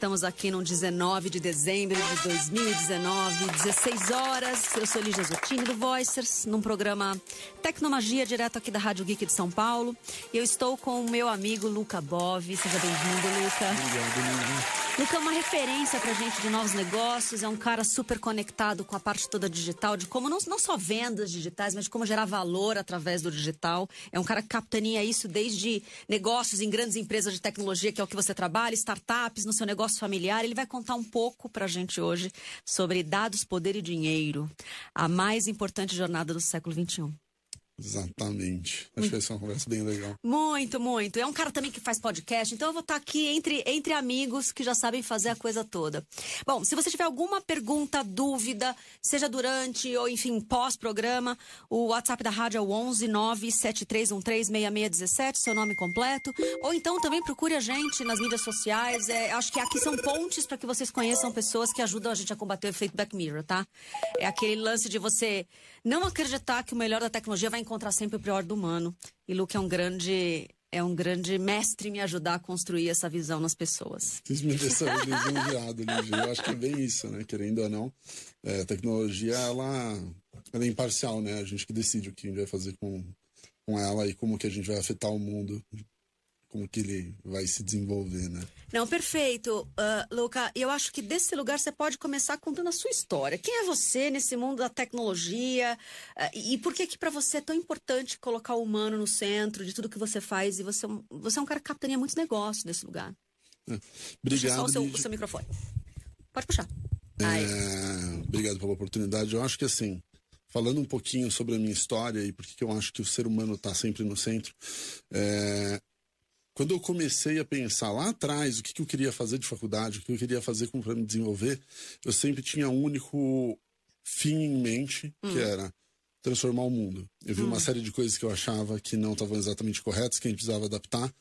Estamos aqui no 19 de dezembro de 2019, 16 horas. Eu sou Lígia Zottini do Voicers, num programa Tecnomagia, direto aqui da Rádio Geek de São Paulo. E eu estou com o meu amigo Luca Bove. Seja bem-vindo, Luca. Obrigado. Luca é uma referência pra gente de novos negócios, é um cara super conectado com a parte toda digital, de como não só vendas digitais, mas de como gerar valor através do digital. É um cara que capitaneia isso desde negócios em grandes empresas de tecnologia, que é o que você trabalha, startups, no seu negócio familiar. Ele vai contar um pouco pra gente hoje sobre dados, poder e dinheiro, a mais importante jornada do século XXI. Exatamente. Acho que vai ser uma conversa bem legal. Muito, muito. É um cara também que faz podcast, então eu vou estar aqui entre amigos que já sabem fazer a coisa toda. Bom, se você tiver alguma pergunta, dúvida, seja durante ou, enfim, pós-programa, o WhatsApp da rádio é o 11 97313 6617, seu nome completo. Ou então também procure a gente nas mídias sociais. Acho que aqui são pontes para que vocês conheçam pessoas que ajudam a gente a combater o efeito Black Mirror, tá? É aquele lance de você não acreditar que o melhor da tecnologia vai encontrar sempre o pior do humano. E Luke é um grande mestre em me ajudar a construir essa visão nas pessoas. Vocês me deixaram lisonjeado, Lígia. Eu acho que é bem isso, né? Querendo ou não, a tecnologia, ela é imparcial, né? A gente que decide o que a gente vai fazer com ela e como que a gente vai afetar o mundo, como que ele vai se desenvolver, né? Não, perfeito, Luca. Eu acho que desse lugar você pode começar contando a sua história. Quem é você nesse mundo da tecnologia? E por que para você é tão importante colocar o humano no centro de tudo que você faz? E você é um cara que capitaneia muitos negócios nesse lugar. Obrigado, puxa só o seu microfone. Pode puxar. Obrigado pela oportunidade. Eu acho que assim, falando um pouquinho sobre a minha história e por que eu acho que o ser humano está sempre no centro, quando eu comecei a pensar lá atrás o que eu queria fazer de faculdade, o que eu queria fazer para me desenvolver, eu sempre tinha um único fim em mente, que era transformar o mundo. Eu vi uma série de coisas que eu achava que não estavam exatamente corretas, que a gente precisava adaptar,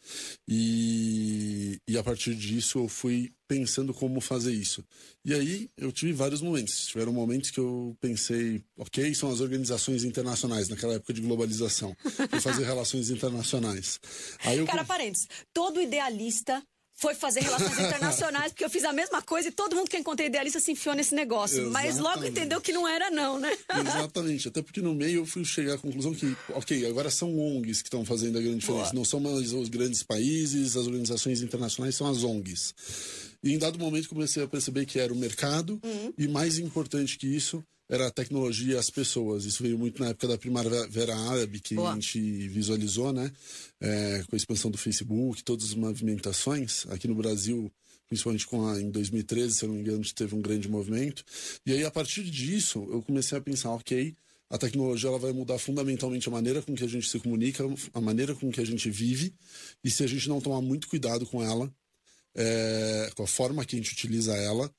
e a partir disso eu fui pensando como fazer isso. E aí eu tive vários momentos. Tiveram momentos que eu pensei, ok, são as organizações internacionais, naquela época de globalização. Fui fazer relações internacionais. Aí parênteses, todo idealista foi fazer relações internacionais, porque eu fiz a mesma coisa e todo mundo que eu encontrei idealista se enfiou nesse negócio. Exatamente. Mas logo entendeu que não era não, né? Exatamente. Até porque no meio eu fui chegar à conclusão que, ok, agora são ONGs que estão fazendo a grande diferença. Boa. Não são mais os grandes países, as organizações internacionais são as ONGs. E em dado momento comecei a perceber que era o mercado e mais importante que isso era a tecnologia e as pessoas. Isso veio muito na época da Primavera Árabe, que a gente visualizou, né? Com a expansão do Facebook, todas as movimentações. Aqui no Brasil, principalmente em 2013, se eu não me engano, teve um grande movimento. E aí, a partir disso, eu comecei a pensar, ok, a tecnologia ela vai mudar fundamentalmente a maneira com que a gente se comunica, a maneira com que a gente vive. E se a gente não tomar muito cuidado com ela, com a forma que a gente utiliza ela,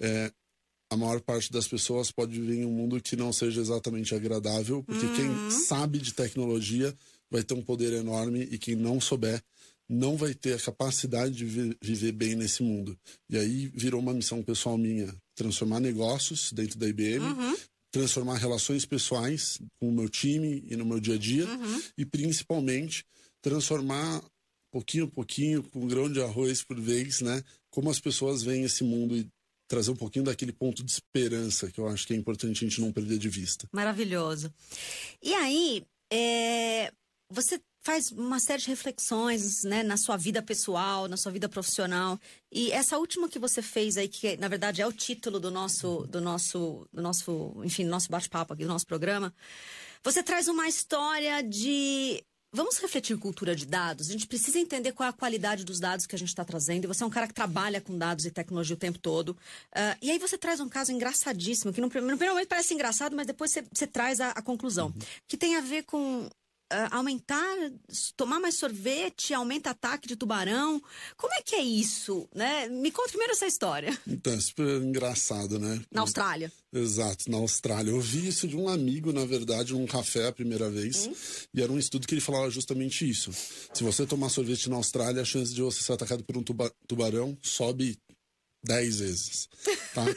a maior parte das pessoas pode viver em um mundo que não seja exatamente agradável, porque quem sabe de tecnologia vai ter um poder enorme e quem não souber não vai ter a capacidade de viver bem nesse mundo. E aí virou uma missão pessoal minha, transformar negócios dentro da IBM, transformar relações pessoais com o meu time e no meu dia a dia, e principalmente transformar pouquinho a pouquinho, com um grão de arroz por vez, né, como as pessoas veem esse mundo e trazer um pouquinho daquele ponto de esperança que eu acho que é importante a gente não perder de vista. Maravilhoso. E aí, você faz uma série de reflexões, né, na sua vida pessoal, na sua vida profissional. E essa última que você fez aí, que na verdade é o título do nosso bate-papo aqui, do nosso programa, você traz uma história de... Vamos refletir cultura de dados? A gente precisa entender qual é a qualidade dos dados que a gente está trazendo. E você é um cara que trabalha com dados e tecnologia o tempo todo. E aí você traz um caso engraçadíssimo, que no primeiro momento parece engraçado, mas depois você traz a conclusão. Que tem a ver com tomar mais sorvete, aumenta ataque de tubarão. Como é que é isso, né? Me conta primeiro essa história. Então, é super engraçado, né? Na Austrália. Exato, na Austrália. Eu vi isso de um amigo, na verdade, num café a primeira vez. E era um estudo que ele falava justamente isso. Se você tomar sorvete na Austrália, a chance de você ser atacado por um tubarão sobe 10 vezes, tá?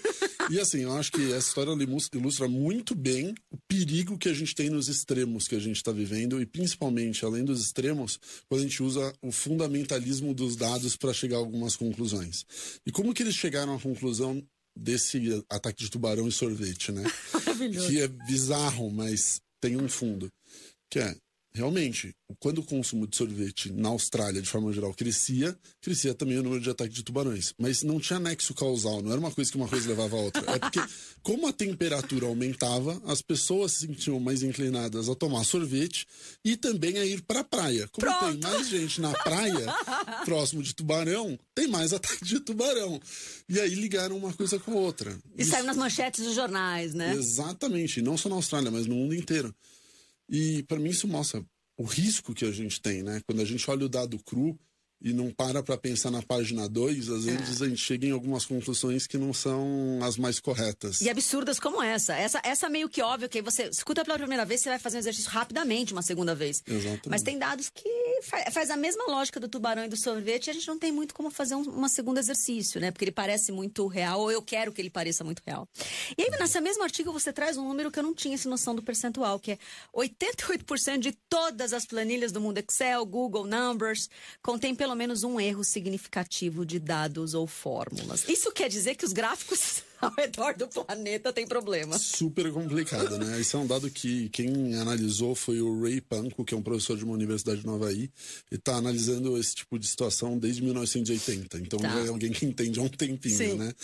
E assim, eu acho que essa história ilustra muito bem o perigo que a gente tem nos extremos que a gente está vivendo, e principalmente, além dos extremos, quando a gente usa o fundamentalismo dos dados para chegar a algumas conclusões. E como que eles chegaram à conclusão desse ataque de tubarão e sorvete, né? Maravilhoso. Que é bizarro, mas tem um fundo. Que é, realmente, quando o consumo de sorvete na Austrália, de forma geral, crescia também o número de ataques de tubarões. Mas não tinha nexo causal, não era uma coisa que uma coisa levava a outra. É porque, como a temperatura aumentava, as pessoas se sentiam mais inclinadas a tomar sorvete e também a ir para a praia. Como tem mais gente na praia, próximo de tubarão, tem mais ataque de tubarão. E aí ligaram uma coisa com a outra. E saiu nas manchetes dos jornais, né? Exatamente, não só na Austrália, mas no mundo inteiro. E para mim isso mostra o risco que a gente tem, né? Quando a gente olha o dado cru e não para pensar na página 2, às vezes a gente chega em algumas conclusões que não são as mais corretas. E absurdas como essa. Essa meio que óbvio que você escuta pela primeira vez, você vai fazer um exercício rapidamente uma segunda vez. Exatamente. Mas tem dados que faz a mesma lógica do tubarão e do sorvete, e a gente não tem muito como fazer um segundo exercício, né? Porque ele parece muito real, ou eu quero que ele pareça muito real. E aí, nesse mesmo artigo, você traz um número que eu não tinha essa noção do percentual, que é 88% de todas as planilhas do mundo Excel, Google, Numbers, contém pelo menos um erro significativo de dados ou fórmulas. Isso quer dizer que os gráficos ao redor do planeta têm problema. Super complicado, né? Esse é um dado que quem analisou foi o Ray Panko, que é um professor de uma universidade no Havaí, e está analisando esse tipo de situação desde 1980. Então já é alguém que entende há um tempinho, Sim. né?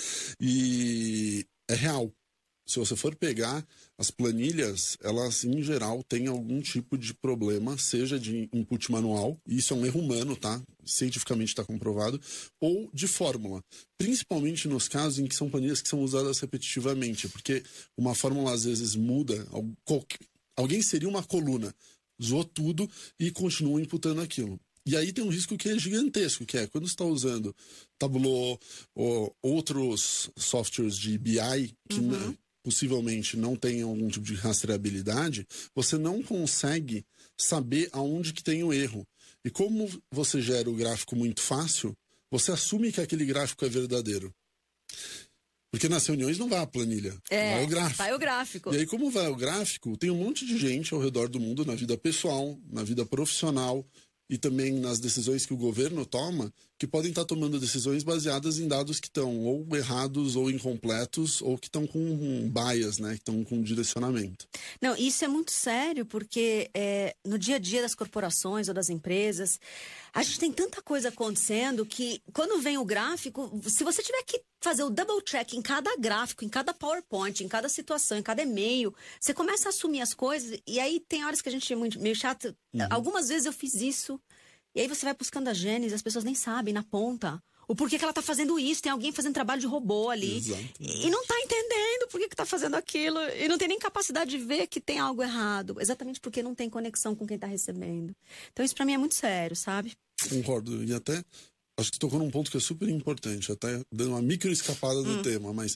E é real. Se você for pegar as planilhas, elas em geral têm algum tipo de problema, seja de input manual, e isso é um erro humano, tá? Cientificamente está comprovado, ou de fórmula. Principalmente nos casos em que são planilhas que são usadas repetitivamente, porque uma fórmula às vezes muda, alguém seria uma coluna, zoou tudo e continua imputando aquilo. E aí tem um risco que é gigantesco, que é quando você está usando Tableau ou outros softwares de BI que possivelmente não tem algum tipo de rastreabilidade, você não consegue saber aonde que tem o erro. E como você gera o gráfico muito fácil, você assume que aquele gráfico é verdadeiro. Porque nas reuniões não vai a planilha, vai o gráfico. Vai o gráfico. E aí, como vai o gráfico, tem um monte de gente ao redor do mundo, na vida pessoal, na vida profissional, e também nas decisões que o governo toma, que podem estar tomando decisões baseadas em dados que estão ou errados ou incompletos, ou que estão com bias, né? Que estão com direcionamento. Não, isso é muito sério, porque no dia a dia das corporações ou das empresas, a gente tem tanta coisa acontecendo que quando vem o gráfico, se você tiver que fazer o double check em cada gráfico, em cada PowerPoint, em cada situação, em cada e-mail, você começa a assumir as coisas, e aí tem horas que a gente é meio chato. Algumas vezes eu fiz isso, e aí você vai buscando a gênese, as pessoas nem sabem na ponta o porquê que ela tá fazendo isso. Tem alguém fazendo trabalho de robô ali. Exatamente. E não tá entendendo por que tá fazendo aquilo. E não tem nem capacidade de ver que tem algo errado. Exatamente porque não tem conexão com quem tá recebendo. Então isso pra mim é muito sério, sabe? Concordo. E até acho que você tocou num ponto que é super importante, até dando uma micro escapada do tema, mas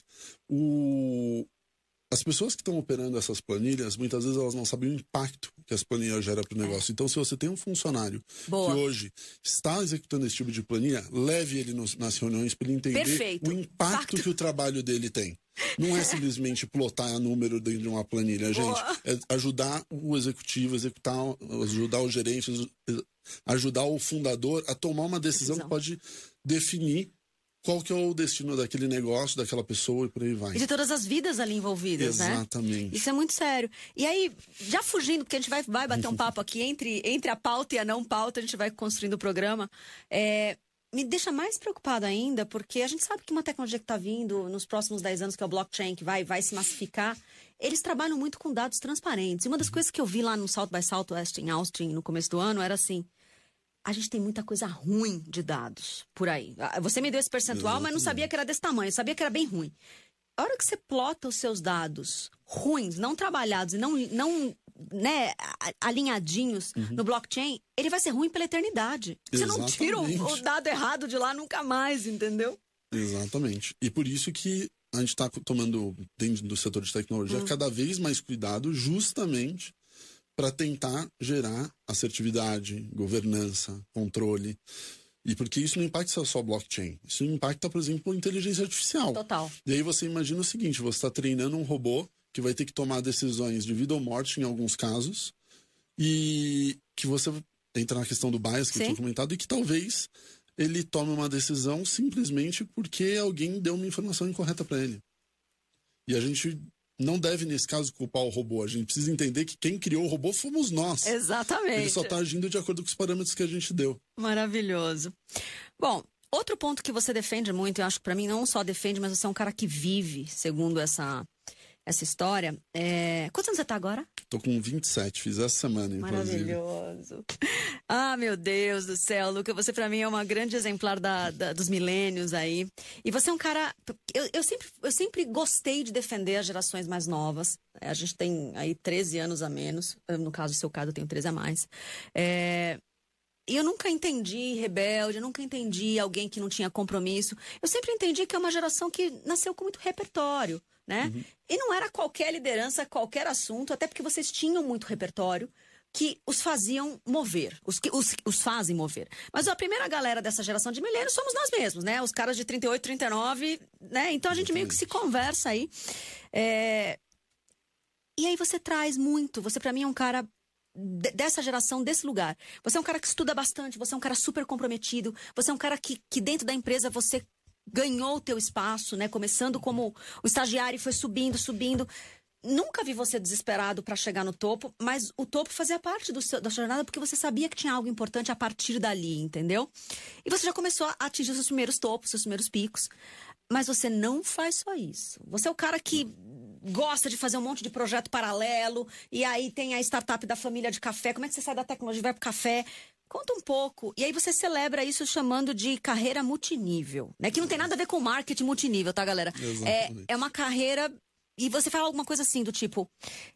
as pessoas que estão operando essas planilhas, muitas vezes elas não sabem o impacto que as planilhas geram para o negócio. Então, se você tem um funcionário que hoje está executando esse tipo de planilha, leve ele nas reuniões para ele entender o impacto que o trabalho dele tem. Não é simplesmente plotar número dentro de uma planilha, gente. É ajudar o executivo, ajudar o gerente, ajudar o fundador a tomar uma decisão que pode definir qual que é o destino daquele negócio, daquela pessoa e por aí vai. E de todas as vidas ali envolvidas, né? Exatamente. Isso é muito sério. E aí, já fugindo, porque a gente vai bater um papo aqui entre a pauta e a não pauta, a gente vai construindo o programa. Me deixa mais preocupada ainda, porque a gente sabe que uma tecnologia que está vindo nos próximos 10 anos, que é o blockchain, que vai se massificar, eles trabalham muito com dados transparentes. E uma das coisas que eu vi lá no South by Southwest em Austin, no começo do ano, era assim: a gente tem muita coisa ruim de dados por aí. Você me deu esse percentual, mas não sabia que era desse tamanho, sabia que era bem ruim. A hora que você plota os seus dados ruins, não trabalhados e não alinhadinhos no blockchain, ele vai ser ruim pela eternidade. Você não tira o dado errado de lá nunca mais, entendeu? Exatamente. E por isso que a gente está tomando, dentro do setor de tecnologia, cada vez mais cuidado justamente para tentar gerar assertividade, governança, controle. E porque isso não impacta só blockchain. Isso impacta, por exemplo, inteligência artificial. Total. E aí você imagina o seguinte, você está treinando um robô que vai ter que tomar decisões de vida ou morte em alguns casos, e que você entra na questão do bias que eu tinha comentado, e que talvez ele tome uma decisão simplesmente porque alguém deu uma informação incorreta para ele. E a gente não deve, nesse caso, culpar o robô. A gente precisa entender que quem criou o robô fomos nós. Exatamente. Ele só está agindo de acordo com os parâmetros que a gente deu. Maravilhoso. Bom, outro ponto que você defende muito, eu acho que para mim não só defende, mas você é um cara que vive, segundo essa história. Quantos anos você tá agora? Tô com 27, fiz essa semana, inclusive. Maravilhoso. Ah, meu Deus do céu, Luca, você pra mim é uma grande exemplar dos milênios aí. E você é um cara... Eu sempre gostei de defender as gerações mais novas. A gente tem aí 13 anos a menos. No caso, seu caso, eu tenho 13 a mais. E eu nunca entendi rebelde, eu nunca entendi alguém que não tinha compromisso. Eu sempre entendi que é uma geração que nasceu com muito repertório, né? Uhum. E não era qualquer liderança, qualquer assunto, até porque vocês tinham muito repertório que os faziam mover, os fazem mover. Mas a primeira galera dessa geração de milênios somos nós mesmos, né? Os caras de 38, 39, né? Então a gente meio que se conversa aí. E aí você traz muito, você pra mim é um cara dessa geração, desse lugar. Você é um cara que estuda bastante, você é um cara super comprometido, você é um cara que dentro da empresa você ganhou o teu espaço, né? Começando como o estagiário e foi subindo. Nunca vi você desesperado para chegar no topo, mas o topo fazia parte da sua jornada porque você sabia que tinha algo importante a partir dali, entendeu? E você já começou a atingir os seus primeiros topos, seus primeiros picos. Mas você não faz só isso. Você é o cara que gosta de fazer um monte de projeto paralelo, e aí tem a startup da família de café. Como é que você sai da tecnologia e vai pro café? Conta um pouco. E aí você celebra isso chamando de carreira multinível, né? Que não tem nada a ver com marketing multinível, tá, galera? É uma carreira... E você fala alguma coisa assim do tipo...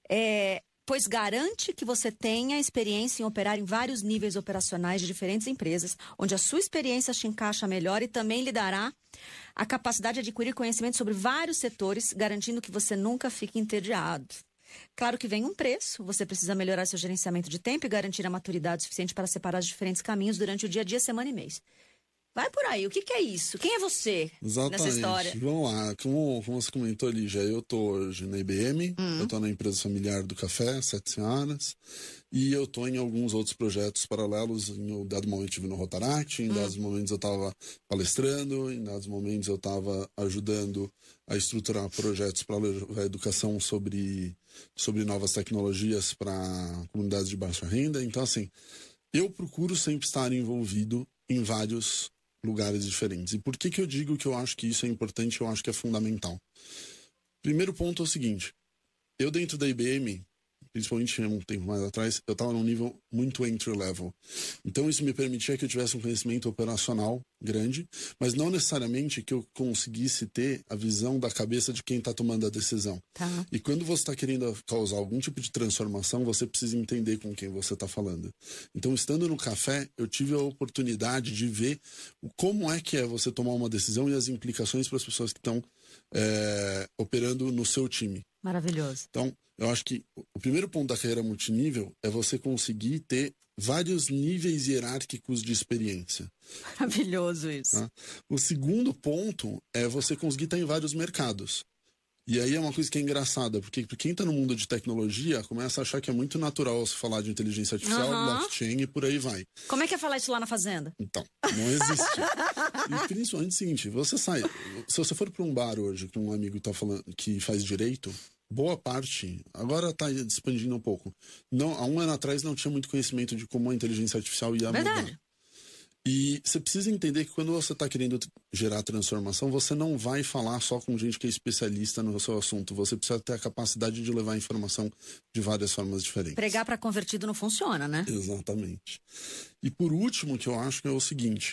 pois garante que você tenha experiência em operar em vários níveis operacionais de diferentes empresas, onde a sua experiência te encaixa melhor e também lhe dará a capacidade de adquirir conhecimento sobre vários setores, garantindo que você nunca fique entediado. Claro que vem um preço, você precisa melhorar seu gerenciamento de tempo e garantir a maturidade suficiente para separar os diferentes caminhos durante o dia a dia, semana e mês. Vai por aí, o que é isso? Quem é você nessa história? Vamos lá, como você comentou ali, eu tô hoje na IBM, eu tô na empresa familiar do café, 7 Senhoras, e eu tô em alguns outros projetos paralelos. Em um dado momento eu estive no Rotaract, em dados momentos eu estava palestrando, em dados momentos eu estava ajudando a estruturar projetos para a educação sobre novas tecnologias para comunidades de baixa renda. Então, assim, eu procuro sempre estar envolvido em vários lugares diferentes. E por que eu digo que eu acho que isso é importante, eu acho que é fundamental? Primeiro ponto é o seguinte, eu dentro da IBM, principalmente um tempo mais atrás, eu estava num nível muito entry level. Então isso me permitia que eu tivesse um conhecimento operacional grande, mas não necessariamente que eu conseguisse ter a visão da cabeça de quem está tomando a decisão. Tá. E quando você está querendo causar algum tipo de transformação, você precisa entender com quem você está falando. Então, estando no café, eu tive a oportunidade de ver como é que é você tomar uma decisão e as implicações para as pessoas que estão operando no seu time. Maravilhoso. Então, eu acho que o primeiro ponto da carreira multinível é você conseguir ter vários níveis hierárquicos de experiência. Maravilhoso isso. Tá? O segundo ponto é você conseguir estar em vários mercados. E aí é uma coisa que é engraçada, porque quem está no mundo de tecnologia começa a achar que é muito natural se falar de inteligência artificial, blockchain e por aí vai. Como é que é falar isso lá na fazenda? Então, não existe. E principalmente o seguinte, se você for para um bar hoje com um amigo que tá falando que faz direito, boa parte, agora está expandindo um pouco. Não, há um ano atrás não tinha muito conhecimento de como a inteligência artificial ia mudar. E você precisa entender que quando você está querendo gerar transformação, você não vai falar só com gente que é especialista no seu assunto. Você precisa ter a capacidade de levar a informação de várias formas diferentes. Pregar para convertido não funciona, né? Exatamente. E por último, que eu acho que é o seguinte,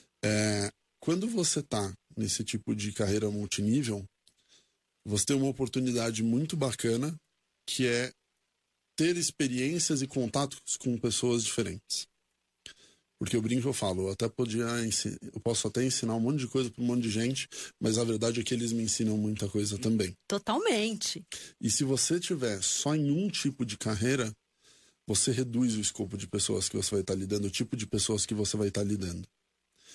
quando você está nesse tipo de carreira multinível, você tem uma oportunidade muito bacana, que é ter experiências e contatos com pessoas diferentes. Porque eu brinco, eu falo, eu posso até ensinar um monte de coisa para um monte de gente, mas a verdade é que eles me ensinam muita coisa também. Totalmente. E se você tiver só em um tipo de carreira, você reduz o escopo de pessoas que você vai estar lidando, o tipo de pessoas que você vai estar lidando.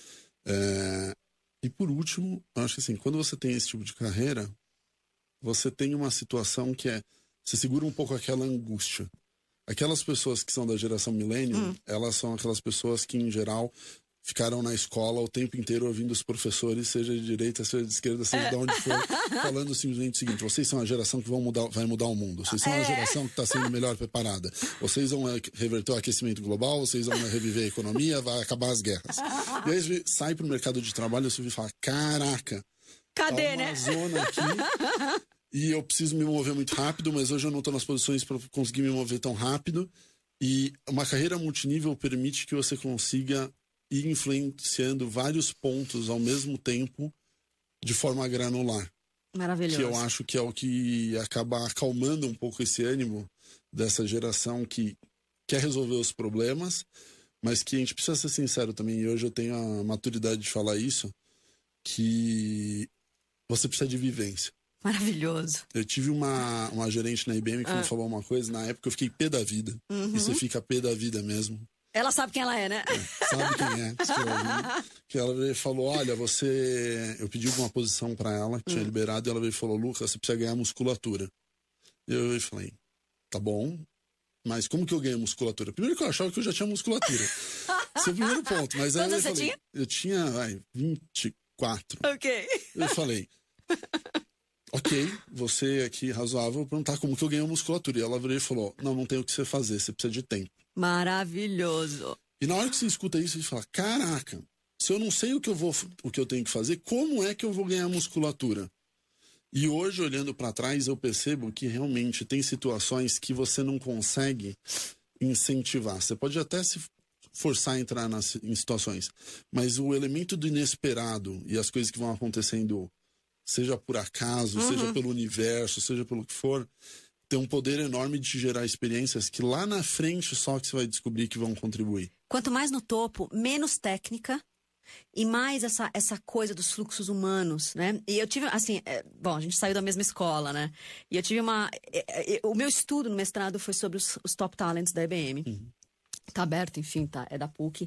E por último, eu acho que assim, quando você tem esse tipo de carreira, você tem uma situação que você segura um pouco aquela angústia. Aquelas pessoas que são da geração millennium, elas são aquelas pessoas que, em geral, ficaram na escola o tempo inteiro ouvindo os professores, seja de direita, seja de esquerda, seja de onde for, falando simplesmente o seguinte: vocês são a geração que vai mudar o mundo. Vocês são a geração que está sendo melhor preparada. Vocês vão reverter o aquecimento global, vocês vão reviver a economia, vai acabar as guerras. E aí você sai para o mercado de trabalho e você fala: caraca, cadê, tá uma zona aqui e eu preciso me mover muito rápido, mas hoje eu não estou nas posições para conseguir me mover tão rápido. E uma carreira multinível permite que você consiga ir influenciando vários pontos ao mesmo tempo de forma granular. Maravilhoso. Que eu acho que é o que acaba acalmando um pouco esse ânimo dessa geração que quer resolver os problemas, mas que a gente precisa ser sincero também, e hoje eu tenho a maturidade de falar isso, que você precisa de vivência. Maravilhoso. Eu tive uma gerente na IBM que me falou uma coisa, na época eu fiquei pé da vida. E você fica pé da vida mesmo. Ela sabe quem ela é, né? Sabe quem é. Que ela veio e falou: olha, eu pedi uma posição pra ela, que tinha liberado, e ela veio e falou: Lucas, você precisa ganhar musculatura. Eu falei: tá bom, mas como que eu ganho musculatura? Primeiro que eu achava que eu já tinha musculatura. Esse é o primeiro ponto. Mas aí Quantos você tinha? Eu tinha 24. Ok. Eu falei: ok, você aqui razoável, vou perguntar como que eu ganho musculatura. E ela veio e falou: não tem o que você fazer, você precisa de tempo. Maravilhoso. E na hora que você escuta isso, você fala: caraca, se eu não sei o que eu tenho que fazer, como é que eu vou ganhar musculatura? E hoje, olhando para trás, eu percebo que realmente tem situações que você não consegue incentivar. Você pode até se forçar a entrar em situações, mas o elemento do inesperado e as coisas que vão acontecendo, seja por acaso, seja pelo universo, seja pelo que for, tem um poder enorme de te gerar experiências que lá na frente só que você vai descobrir que vão contribuir. Quanto mais no topo, menos técnica e mais essa coisa dos fluxos humanos, né? E eu tive, assim, bom, a gente saiu da mesma escola, né? E eu tive o meu estudo no mestrado foi sobre os top talents da IBM. Tá aberto, enfim, é da PUC.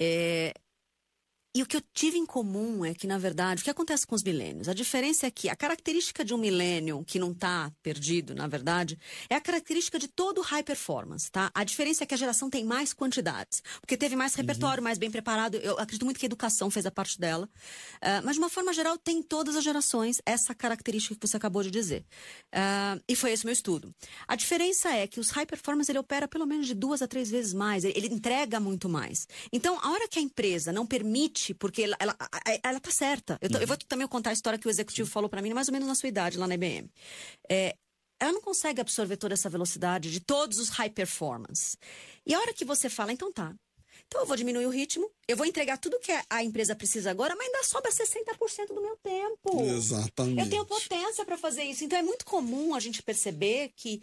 E o que eu tive em comum é que, na verdade, o que acontece com os milênios? A diferença é que a característica de um milênio que não está perdido, na verdade, é a característica de todo high performance, tá? A diferença é que a geração tem mais quantidades, porque teve mais repertório, mais bem preparado. Eu acredito muito que a educação fez a parte dela. Mas, de uma forma geral, tem em todas as gerações essa característica que você acabou de dizer. E foi esse o meu estudo. A diferença é que os high performance, ele opera pelo menos de 2 a 3 vezes mais. Ele entrega muito mais. Então, a hora que a empresa não permite, porque ela tá certa. Eu vou também contar a história que o executivo falou para mim, mais ou menos na sua idade, lá na IBM. Ela não consegue absorver toda essa velocidade de todos os high performance. E a hora que você fala: então tá, então eu vou diminuir o ritmo, eu vou entregar tudo que a empresa precisa agora, mas ainda sobra 60% do meu tempo. Exatamente. Eu tenho potência para fazer isso. Então é muito comum a gente perceber que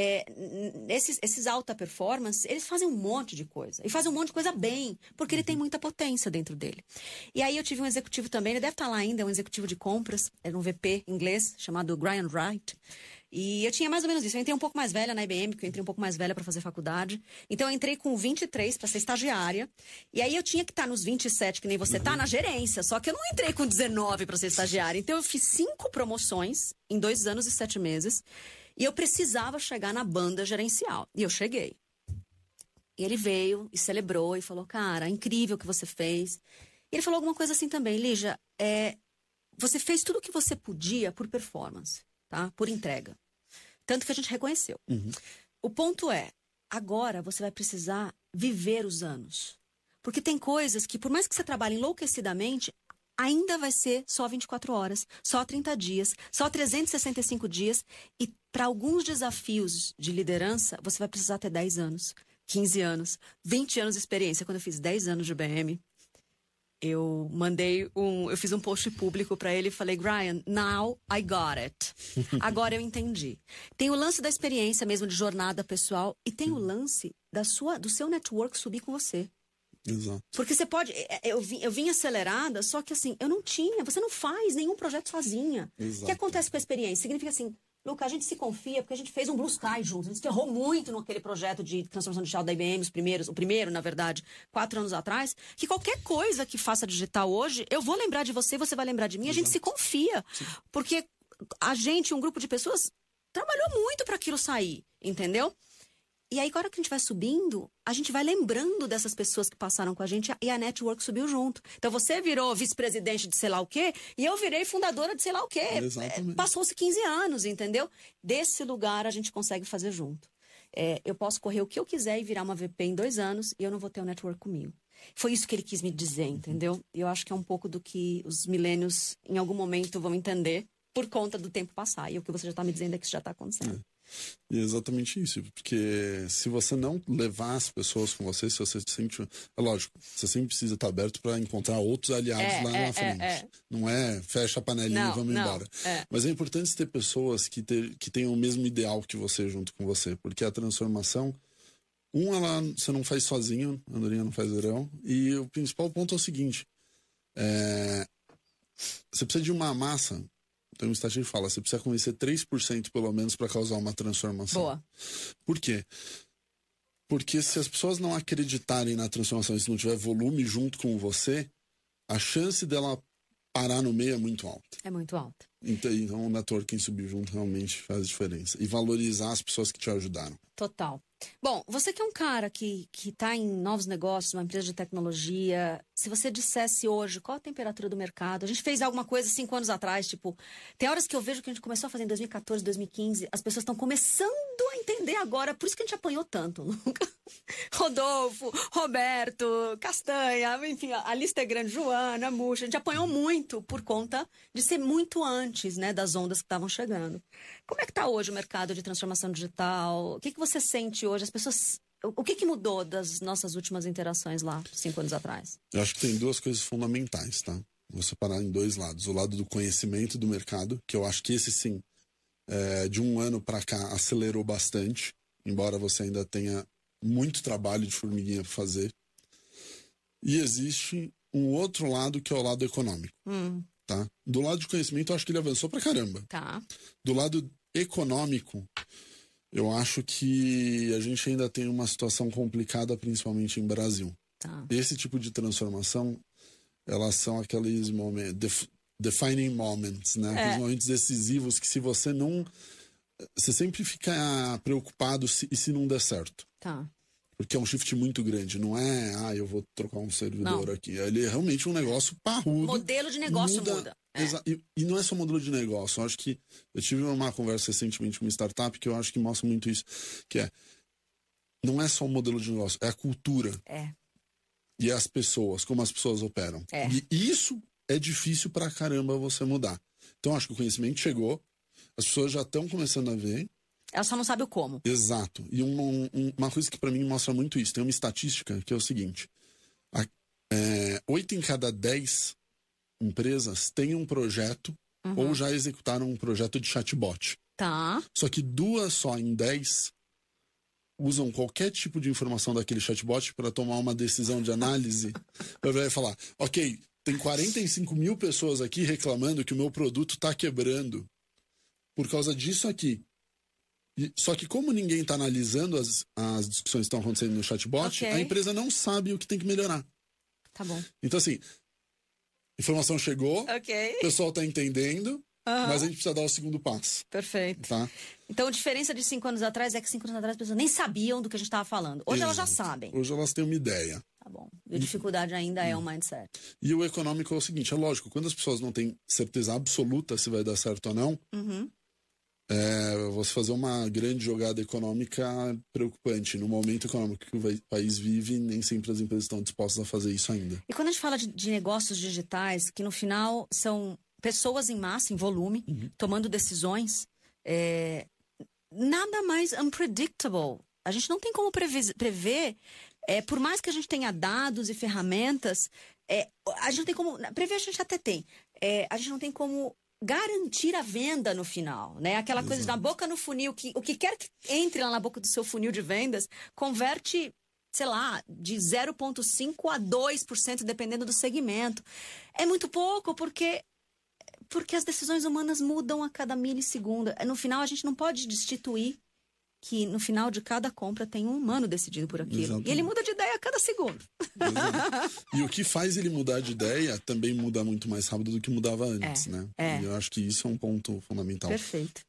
esses alta performance, eles fazem um monte de coisa. E fazem um monte de coisa bem, porque ele tem muita potência dentro dele. E aí eu tive um executivo também, ele deve estar lá ainda, um executivo de compras, era um VP inglês, chamado Brian Wright. E eu tinha mais ou menos isso. Eu entrei um pouco mais velha na IBM, porque eu entrei um pouco mais velha para fazer faculdade. Então eu entrei com 23 para ser estagiária. E aí eu tinha que estar nos 27, que nem você tá, na gerência. Só que eu não entrei com 19 para ser estagiária. Então eu fiz 5 promoções em 2 anos e 7 meses. E eu precisava chegar na banda gerencial. E eu cheguei. E ele veio e celebrou e falou: cara, incrível o que você fez. E ele falou alguma coisa assim também: Lígia, você fez tudo o que você podia por performance. Tá? Por entrega. Tanto que a gente reconheceu. O ponto é, agora você vai precisar viver os anos. Porque tem coisas que, por mais que você trabalhe enlouquecidamente, ainda vai ser só 24 horas, só 30 dias, só 365 dias. E para alguns desafios de liderança, você vai precisar ter 10 anos, 15 anos, 20 anos de experiência. Quando eu fiz 10 anos de IBM, eu fiz um post público para ele e falei: Brian, now I got it. Agora eu entendi. Tem o lance da experiência mesmo de jornada pessoal e tem o lance do seu network subir com você. Exato. Porque você pode... Eu vim acelerada, só que assim, você não faz nenhum projeto sozinha. Exato. O que acontece com a experiência? Significa assim, Luca, a gente se confia porque a gente fez um Blue Sky juntos. A gente ferrou muito naquele projeto de transformação digital da IBM, o primeiro, na verdade, 4 anos atrás, que qualquer coisa que faça digital hoje, eu vou lembrar de você, você vai lembrar de mim. Exato. A gente se confia. Sim. Porque a gente, um grupo de pessoas, trabalhou muito para aquilo sair, entendeu? E aí, agora que a gente vai subindo, a gente vai lembrando dessas pessoas que passaram com a gente e a network subiu junto. Então, você virou vice-presidente de sei lá o quê e eu virei fundadora de sei lá o quê. Passou-se 15 anos, entendeu? Desse lugar, a gente consegue fazer junto. Eu posso correr o que eu quiser e virar uma VP em 2 anos e eu não vou ter o network comigo. Foi isso que ele quis me dizer, entendeu? E eu acho que é um pouco do que os milênios, em algum momento, vão entender por conta do tempo passar. E o que você já está me dizendo é que isso já está acontecendo. E é exatamente isso, porque se você não levar as pessoas com você, se você se sente... É lógico, você sempre precisa estar aberto para encontrar outros aliados lá na frente. Não é fecha a panelinha e vamos embora. Mas é importante ter pessoas que tenham o mesmo ideal que você junto com você, porque a transformação, você não faz sozinho, andorinha não faz verão, e o principal ponto é o seguinte, você precisa de uma massa. Então, o estatístico fala, você precisa convencer 3% pelo menos para causar uma transformação. Boa. Por quê? Porque se as pessoas não acreditarem na transformação e se não tiver volume junto com você, a chance dela parar no meio é muito alta. É muito alta. Então o networking subir junto realmente faz diferença. E valorizar as pessoas que te ajudaram. Total. Bom, você que é um cara que tá em novos negócios, uma empresa de tecnologia, se você dissesse hoje qual a temperatura do mercado, a gente fez alguma coisa 5 anos atrás, tipo, tem horas que eu vejo que a gente começou a fazer em 2014, 2015, as pessoas estão começando a entender agora, por isso que a gente apanhou tanto, nunca. Rodolfo, Roberto, Castanha, enfim, a lista é grande, Joana, Muxa, a gente apanhou muito por conta de ser muito antes, né, das ondas que estavam chegando. Como é que está hoje o mercado de transformação digital? O que você sente hoje? As pessoas... O que mudou das nossas últimas interações lá, 5 anos atrás? Eu acho que tem 2 coisas fundamentais, tá? Vou separar em 2 lados. O lado do conhecimento do mercado, que eu acho que esse sim, de 1 ano para cá, acelerou bastante, embora você ainda tenha muito trabalho de formiguinha para fazer. E existe um outro lado, que é o lado econômico. Tá? Do lado de conhecimento, eu acho que ele avançou pra caramba. Tá. Do lado econômico, eu acho que a gente ainda tem uma situação complicada, principalmente em Brasil. Tá. Esse tipo de transformação, elas são aqueles momentos, defining moments, né? Aqueles momentos decisivos que se você não... Você sempre fica preocupado se não der certo. Tá. Porque é um shift muito grande, não é, eu vou trocar um servidor aqui. Ele é realmente um negócio parrudo. Modelo de negócio muda. E não é só modelo de negócio. Eu acho que eu tive uma conversa recentemente com uma startup que eu acho que mostra muito isso. Que não é só o modelo de negócio, é a cultura. E as pessoas, como as pessoas operam. E isso é difícil pra caramba você mudar. Então eu acho que o conhecimento chegou, as pessoas já estão começando a ver. Ela só não sabe o como. Exato. E uma coisa que pra mim mostra muito isso, tem uma estatística que é o seguinte, 8 em cada 10 empresas têm um projeto ou já executaram um projeto de chatbot. Tá. Só que 2 só em 10 usam qualquer tipo de informação daquele chatbot para tomar uma decisão de análise. Vai falar, ok, tem 45 mil pessoas aqui reclamando que o meu produto tá quebrando por causa disso aqui. Só que como ninguém está analisando as discussões que estão acontecendo no chatbot, a empresa não sabe o que tem que melhorar. Tá bom. Então, assim, informação chegou, o pessoal está entendendo, mas a gente precisa dar o segundo passo. Perfeito. Tá? Então, a diferença de 5 anos atrás é que 5 anos atrás as pessoas nem sabiam do que a gente estava falando. Hoje elas já sabem. Hoje elas têm uma ideia. Tá bom. E a dificuldade ainda é o mindset. E o econômico é o seguinte, é lógico, quando as pessoas não têm certeza absoluta se vai dar certo ou não, você fazer uma grande jogada econômica preocupante. No momento econômico que o país vive, nem sempre as empresas estão dispostas a fazer isso ainda. E quando a gente fala de negócios digitais, que no final são pessoas em massa, em volume, tomando decisões, nada mais unpredictable. A gente não tem como prever, por mais que a gente tenha dados e ferramentas, a gente não tem como... Prever a gente até tem. A gente não tem como garantir a venda no final, né? Aquela coisa da boca no funil, que o que quer que entre lá na boca do seu funil de vendas, converte, sei lá, de 0,5% a 2%, dependendo do segmento. É muito pouco, porque Porque as decisões humanas mudam a cada milissegundo. No final, a gente não pode destituir que no final de cada compra tem um humano decidindo por aquilo. Exatamente. E ele muda de ideia a cada segundo. Exato. E o que faz ele mudar de ideia também muda muito mais rápido do que mudava antes, né? E eu acho que isso é um ponto fundamental. Perfeito.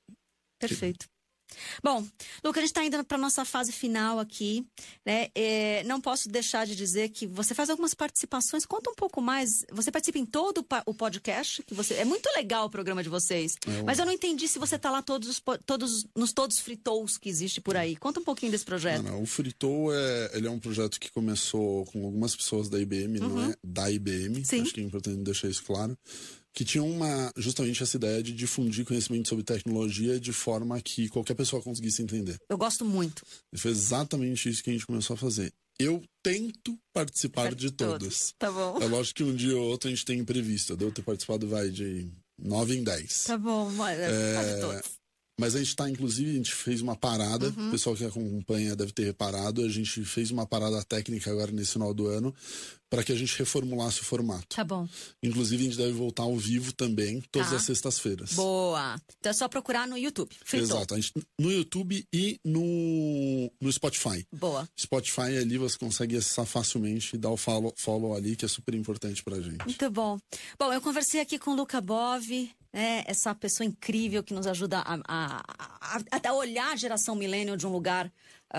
Bom, Luca, a gente está indo para nossa fase final aqui, né? Não posso deixar de dizer que você faz algumas participações. Conta um pouco mais. Você participa em todo o podcast, é muito legal o programa de vocês. Mas eu não entendi se você está lá todos os Fritos que existe por aí. Conta um pouquinho desse projeto. O Fritou ele é um projeto que começou com algumas pessoas da IBM, não é da IBM. Sim. Acho que é importante deixar isso claro. Que tinha justamente essa ideia de difundir conhecimento sobre tecnologia de forma que qualquer pessoa conseguisse entender. Eu gosto muito. E foi exatamente isso que a gente começou a fazer. Eu tento participar de todas. Tá bom. É lógico que um dia ou outro a gente tem imprevisto. Eu devo ter participado, de 9 em 10. Tá bom, quase todos. Mas a gente inclusive, a gente fez uma parada, o pessoal que acompanha deve ter reparado, a gente fez uma parada técnica agora nesse final do ano, para que a gente reformulasse o formato. Tá bom. Inclusive, a gente deve voltar ao vivo também, todas as sextas-feiras. Boa. Então é só procurar no YouTube. Fritou. Exato. No YouTube e no Spotify. Boa. Spotify ali você consegue acessar facilmente e dar o follow ali, que é super importante pra gente. Muito bom. Bom, eu conversei aqui com o Luca Bove, né, essa pessoa incrível que nos ajuda a olhar a geração millennial de um lugar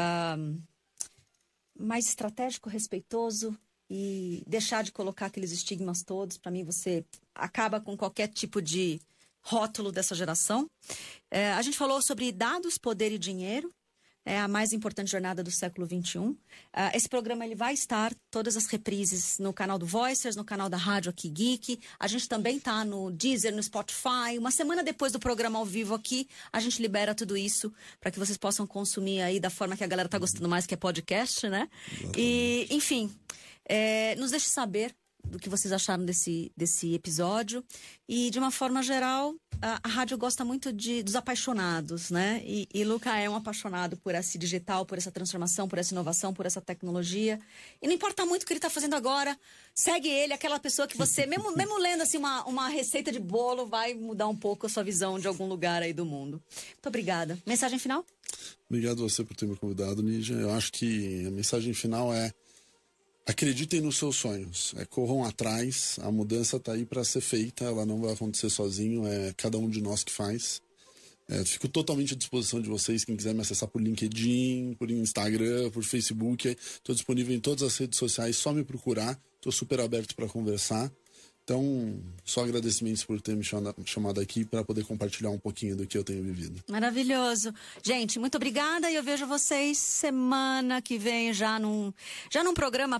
mais estratégico, respeitoso e deixar de colocar aqueles estigmas todos. Para mim, você acaba com qualquer tipo de rótulo dessa geração. A gente falou sobre dados, poder e dinheiro. É a mais importante jornada do século XXI. Esse programa ele vai estar, todas as reprises, no canal do Voicers, no canal da Rádio Aqui Geek. A gente também está no Deezer, no Spotify. Uma semana depois do programa ao vivo aqui, a gente libera tudo isso para que vocês possam consumir aí da forma que a galera está gostando mais, que é podcast, né? Exatamente. E, enfim, nos deixe saber do que vocês acharam desse episódio. E, de uma forma geral, a rádio gosta muito dos apaixonados, né? E Luca é um apaixonado por esse digital, por essa transformação, por essa inovação, por essa tecnologia. E não importa muito o que ele está fazendo agora, segue ele, aquela pessoa que você, mesmo lendo assim, uma receita de bolo, vai mudar um pouco a sua visão de algum lugar aí do mundo. Muito obrigada. Mensagem final? Obrigado a você por ter me convidado, Nídia. Eu acho que a mensagem final é: acreditem nos seus sonhos, corram atrás, a mudança está aí para ser feita, ela não vai acontecer sozinho, é cada um de nós que faz. Fico totalmente à disposição de vocês, quem quiser me acessar por LinkedIn, por Instagram, por Facebook, estou disponível em todas as redes sociais, só me procurar, estou super aberto para conversar. Então, só agradecimentos por ter me chamado aqui para poder compartilhar um pouquinho do que eu tenho vivido. Maravilhoso. Gente, muito obrigada e eu vejo vocês semana que vem já num programa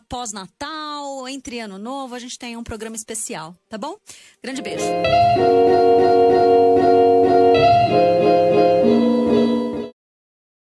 pós-Natal, entre Ano Novo, a gente tem um programa especial, tá bom? Grande beijo.